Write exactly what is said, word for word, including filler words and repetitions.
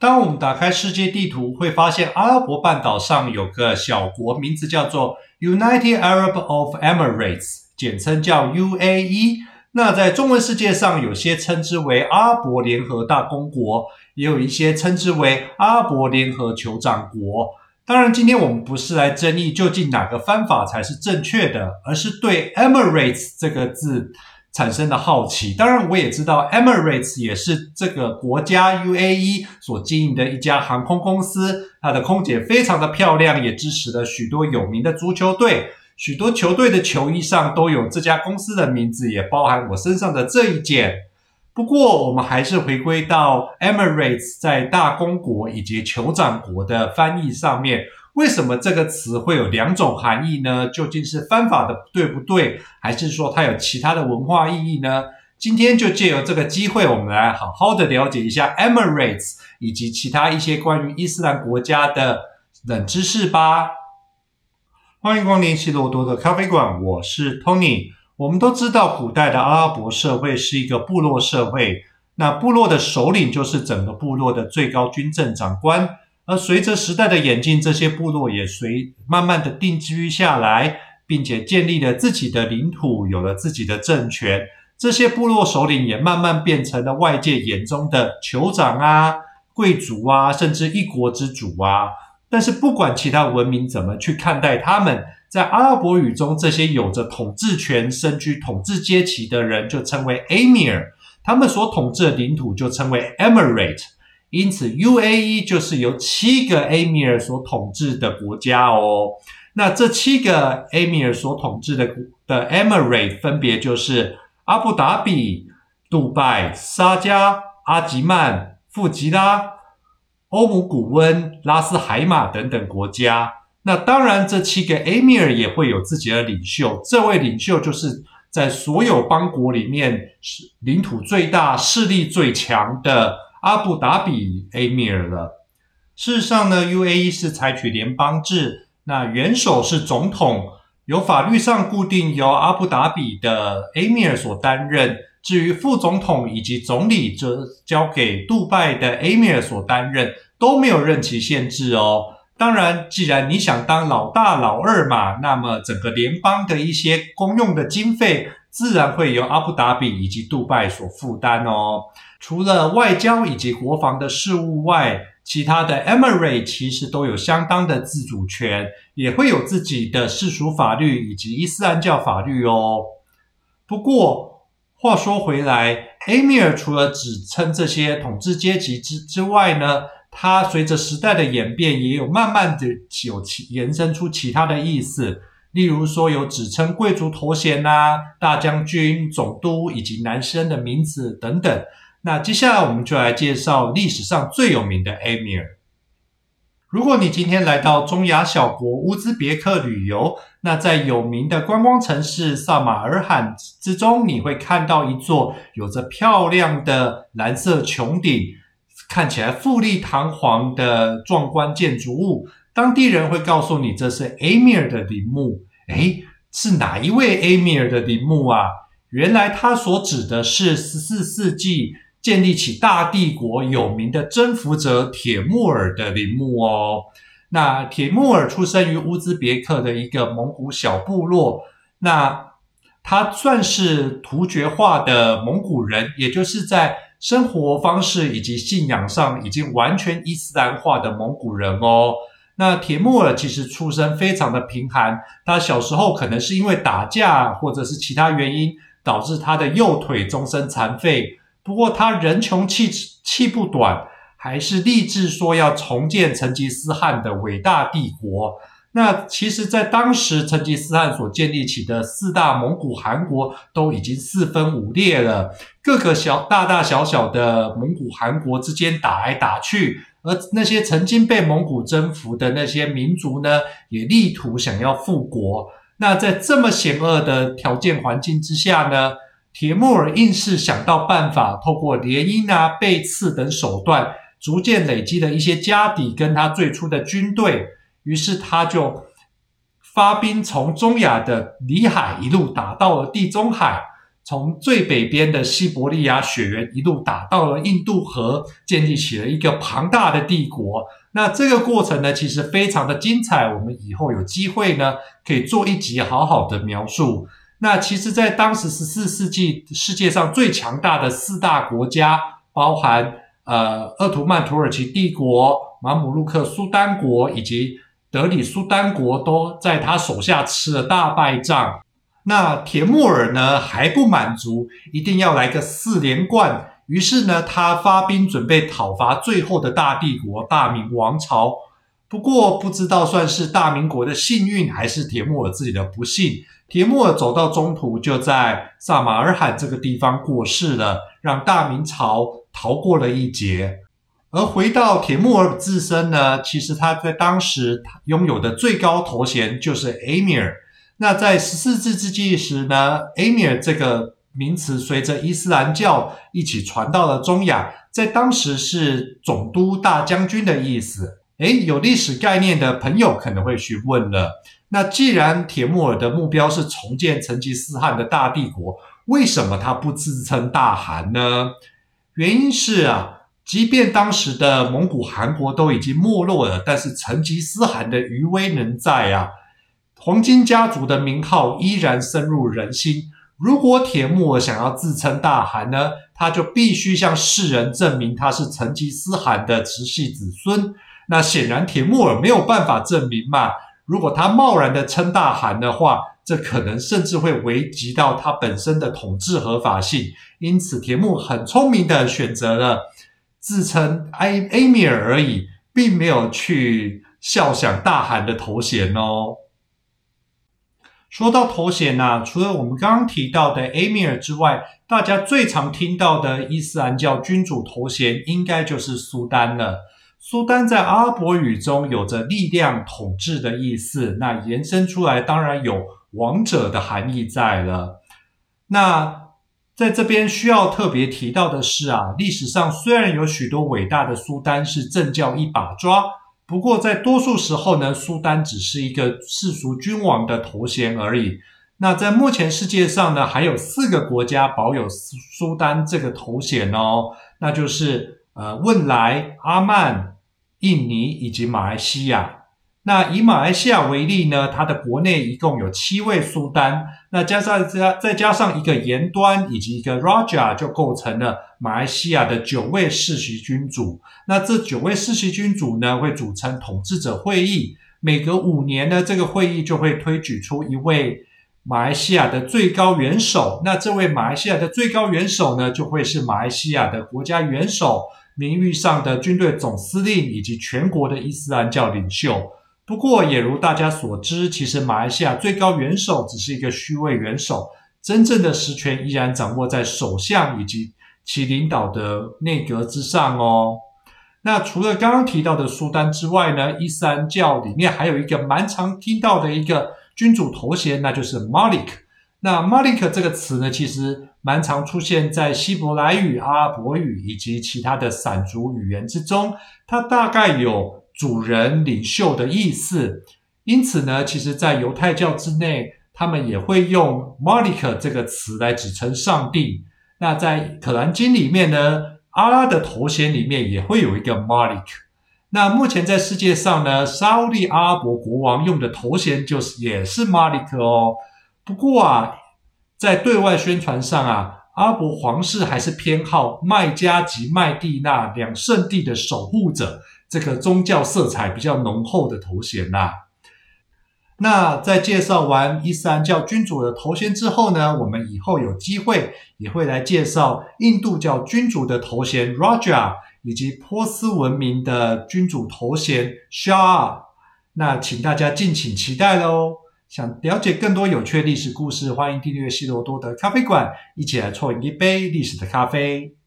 当我们打开世界地图，会发现阿拉伯半岛上有个小国，名字叫做 United Arab of Emirates， 简称叫 U A E。 那在中文世界上，有些称之为阿拉伯联合大公国，也有一些称之为阿拉伯联合酋长国。当然今天我们不是来争议究竟哪个翻法才是正确的，而是对 Emirates 这个字产生的好奇。当然我也知道 Emirates 也是这个国家 U A E 所经营的一家航空公司，它的空姐非常的漂亮，也支持了许多有名的足球队，许多球队的球衣上都有这家公司的名字，也包含我身上的这一件。不过我们还是回归到 Emirates 在大公国以及酋长国的翻译上面，为什么这个词会有两种含义呢？究竟是翻法的对不对，还是说它有其他的文化意义呢？今天就借由这个机会，我们来好好的了解一下 Emirates 以及其他一些关于伊斯兰国家的冷知识吧。欢迎光临希罗多的咖啡馆，我是 Tony。 我们都知道古代的阿拉伯社会是一个部落社会，那部落的首领就是整个部落的最高军政长官，而随着时代的演进，这些部落也随慢慢的定居下来，并且建立了自己的领土，有了自己的政权。这些部落首领也慢慢变成了外界眼中的酋长啊、贵族啊，甚至一国之主啊。但是不管其他文明怎么去看待他们，在阿拉伯语中，这些有着统治权、身居统治阶级的人就称为 Emir， 他们所统治的领土就称为 Emirate。 因此 U A E 就是由七个 Emir 所统治的国家哦。那这七个 Emir 所统治的的 Emirate 分别就是阿布达比、杜拜、沙迦、阿吉曼、富吉拉、欧姆古温、拉斯海马等等国家。那当然这七个 Emir 也会有自己的领袖，这位领袖就是在所有邦国里面领土最大、势力最强的阿布达比 Emir 了。事实上呢， U A E 是采取联邦制，那元首是总统，由法律上固定由阿布达比的 Emir 所担任，至于副总统以及总理则交给杜拜的 Emir 所担任，都没有任期限制哦。当然既然你想当老大老二嘛，那么整个联邦的一些公用的经费自然会由阿布达比以及杜拜所负担哦。除了外交以及国防的事务外，其他的 Emirate 其实都有相当的自主权，也会有自己的世俗法律以及伊斯兰教法律哦。不过话说回来， Emir 除了只称这些统治阶级 之, 之外呢，它随着时代的演变，也有慢慢的有延伸出其他的意思，例如说有只称贵族头衔啊、大将军、总督以及男生的名字等等。那接下来我们就来介绍历史上最有名的 Emir。 如果你今天来到中亚小国乌兹别克旅游，那在有名的观光城市萨马尔罕之中，你会看到一座有着漂亮的蓝色穹顶，看起来富丽堂皇的壮观建筑物。当地人会告诉你这是 Emir 的陵墓。诶，是哪一位 Emir 的陵墓啊？原来他所指的是十四世纪建立起大帝国有名的征服者铁木儿的陵墓哦。那铁木儿出生于乌兹别克的一个蒙古小部落，那他算是突厥化的蒙古人，也就是在生活方式以及信仰上已经完全伊斯兰化的蒙古人哦。那铁木儿其实出身非常的贫寒，他小时候可能是因为打架或者是其他原因导致他的右腿终身残废，不过他人穷气气不短，还是立志说要重建成吉思汗的伟大帝国。那其实在当时成吉思汗所建立起的四大蒙古汗国都已经四分五裂了，各个小大大小小的蒙古汗国之间打来打去，而那些曾经被蒙古征服的那些民族呢，也力图想要复国。那在这么险恶的条件环境之下呢，铁木儿硬是想到办法，透过联姻啊、背刺等手段，逐渐累积了一些家底跟他最初的军队。于是他就发兵从中亚的里海一路打到了地中海。 从最北边的西伯利亚雪原一路打到了印度河，建立起了一个庞大的帝国。那这个过程呢，其实非常的精彩，我们以后有机会呢，可以做一集好好的描述。那其实在当时十四世纪世界上最强大的四大国家，包含呃鄂图曼土耳其帝国、马姆鲁克苏丹国以及德里苏丹国都在他手下吃了大败仗。那铁木儿呢还不满足，一定要来个四连冠，于是呢他发兵准备讨伐最后的大帝国大明王朝。不过不知道算是大明国的幸运还是铁木儿自己的不幸，铁木儿走到中途就在萨马尔罕这个地方过世了，让大明朝逃过了一劫。而回到铁木儿自身呢，其实他在当时拥有的最高头衔就是 Emir。 那在十四世纪时呢， Emir 这个名词随着伊斯兰教一起传到了中亚，在当时是总督大将军的意思。诶，有历史概念的朋友可能会询问了，那既然铁木儿的目标是重建成吉思汗的大帝国，为什么他不自称大汗呢？原因是啊，即便当时的蒙古汗国都已经没落了，但是成吉思汗的余威仍在啊，黄金家族的名号依然深入人心。如果铁木儿想要自称大汗呢，他就必须向世人证明他是成吉思汗的直系子孙。那显然铁木儿没有办法证明嘛，如果他贸然的称大汗的话，这可能甚至会危及到他本身的统治合法性。因此铁木很聪明的选择了自称埃埃米尔而已，并没有去效想大汗的头衔哦。说到头衔啊，除了我们刚刚提到的 Emir 之外，大家最常听到的伊斯兰教君主头衔应该就是苏丹了。苏丹在阿拉伯语中有着力量统治的意思，那延伸出来当然有王者的含义在了。那在这边需要特别提到的是啊，历史上虽然有许多伟大的苏丹是政教一把抓，不过在多数时候呢，苏丹只是一个世俗君王的头衔而已。那在目前世界上呢，还有四个国家保有苏丹这个头衔哦，那就是呃汶莱、阿曼、印尼以及马来西亚。那以马来西亚为例呢，它的国内一共有七位苏丹，那加上再加上一个言端以及一个 Raja， 就构成了马来西亚的九位世袭君主。那这九位世袭君主呢，会组成统治者会议，每隔五年呢，这个会议就会推举出一位马来西亚的最高元首。那这位马来西亚的最高元首呢，就会是马来西亚的国家元首，名誉上的军队总司令以及全国的伊斯兰教领袖。不过也如大家所知，其实马来西亚最高元首只是一个虚位元首，真正的实权依然掌握在首相以及其领导的内阁之上哦。那除了刚刚提到的苏丹之外呢，伊斯兰教里面还有一个蛮常听到的一个君主头衔，那就是 Malik。 那 Malik 这个词呢，其实蛮常出现在希伯来语、阿拉伯语以及其他的散族语言之中，它大概有主人、领袖的意思。因此呢，其实在犹太教之内，他们也会用 Malik 这个词来指称上帝。那在可兰经里面呢，阿拉的头衔里面也会有一个 Malik。 那目前在世界上呢，沙烏地阿拉伯国王用的头衔就是也是 Malik 哦。不过啊，在对外宣传上啊，阿拉伯皇室还是偏好麦加及麦地那两圣地的守护者这个宗教色彩比较浓厚的头衔啦。那在介绍完伊斯兰教君主的头衔之后呢，我们以后有机会也会来介绍印度教君主的头衔 Raja 以及波斯文明的君主头衔 Shah。 那请大家敬请期待咯。想了解更多有趣的历史故事，欢迎订阅希罗多德咖啡馆，一起来啜饮一杯历史的咖啡。